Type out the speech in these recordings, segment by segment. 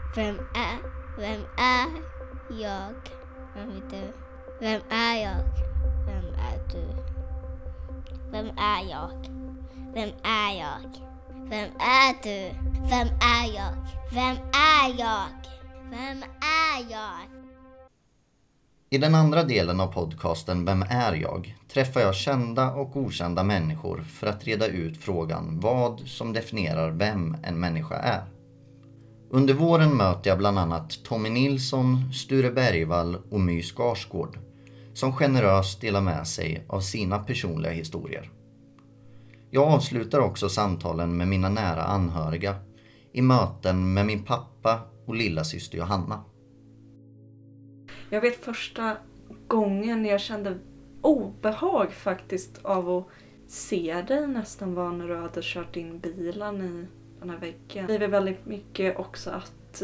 Vem är jag? Vem är du? Vem är jag? Vem är du? Vem är jag? Vem är jag? Vem är du? Vem är jag? Vem är jag? Vem är jag? I den andra delen av podcasten Vem är jag? Träffar jag kända och okända människor för att reda ut frågan vad som definierar vem en människa är. Under våren möter jag bland annat Tommy Nilsson, Sture Bergvall och My Skarsgård som generöst delar med sig av sina personliga historier. Jag avslutar också samtalen med mina nära anhöriga i möten med min pappa och lilla syster Johanna. Jag vet första gången jag kände obehag faktiskt av att se dig nästan var när du hade kört in bilen i den här väggen. Det är väldigt mycket också att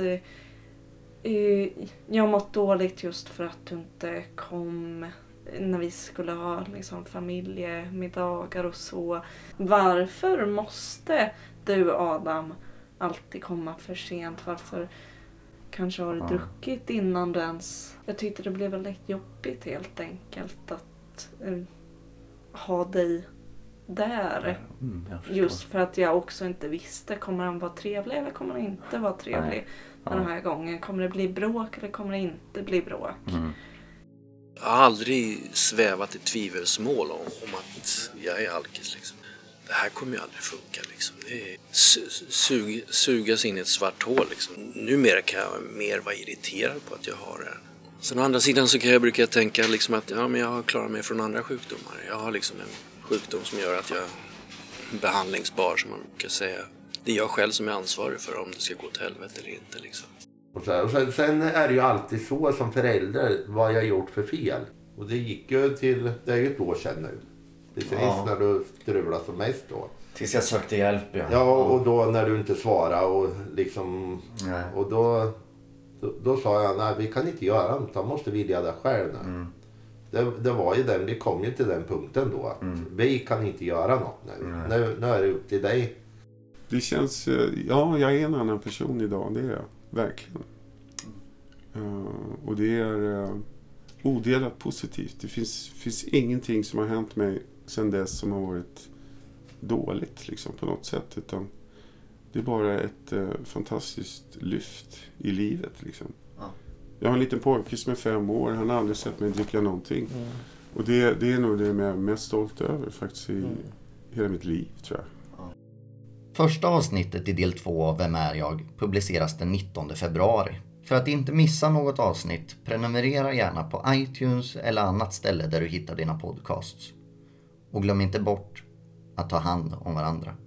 jag mått dåligt just för att du inte kom när vi skulle ha liksom familjemiddagar och så. Varför måste du, Adam, alltid komma för sent? Varför kanske har du druckit innan du ens... Jag tyckte det blev väldigt jobbigt helt enkelt att ha dig där. Just för att jag också inte visste, kommer han vara trevlig eller kommer han inte vara trevlig den här gången? Kommer det bli bråk eller kommer det inte bli bråk? Jag har aldrig svävat i tvivelsmål om att jag är alkis liksom. Det här kommer ju aldrig funka liksom. Det är sugas in i ett svart hål liksom. Numera kan jag mer vara irriterad på att jag har det. Sen å andra sidan så kan jag brukar tänka liksom att men jag har klarat mig från andra sjukdomar. Jag har liksom en sjukdom som gör att jag är behandlingsbar, som man brukar säga. Det är jag själv som är ansvarig för om det ska gå åt helvete eller inte liksom. Och sen är det ju alltid så som förälder vad jag gjort för fel. Och det gick ju till, det är ju ett år sedan nu. Precis när du strulade som mest då. Tills jag sökte hjälp, Ja, och då när du inte svarade och liksom... Nej. Och då sa jag, nej vi kan inte göra något, jag måste vilja det själv nu. Det var ju den, vi kom ju till den punkten då att vi kan inte göra något nu. Nu är det upp till dig. Det känns, jag är en annan person idag, det är jag, verkligen. Och det är odelat positivt. Det finns ingenting som har hänt mig sedan dess som har varit dåligt liksom, på något sätt, utan det är bara ett fantastiskt lyft i livet liksom. Jag har en liten pojke som är 5 år, han har aldrig sett mig dricka någonting. Och det är nog det jag är mest stolt över faktiskt i hela mitt liv, tror jag. Första avsnittet i del 2 av Vem är jag publiceras den 19 februari. För att inte missa något avsnitt, prenumerera gärna på iTunes eller annat ställe där du hittar dina podcasts. Och glöm inte bort att ta hand om varandra.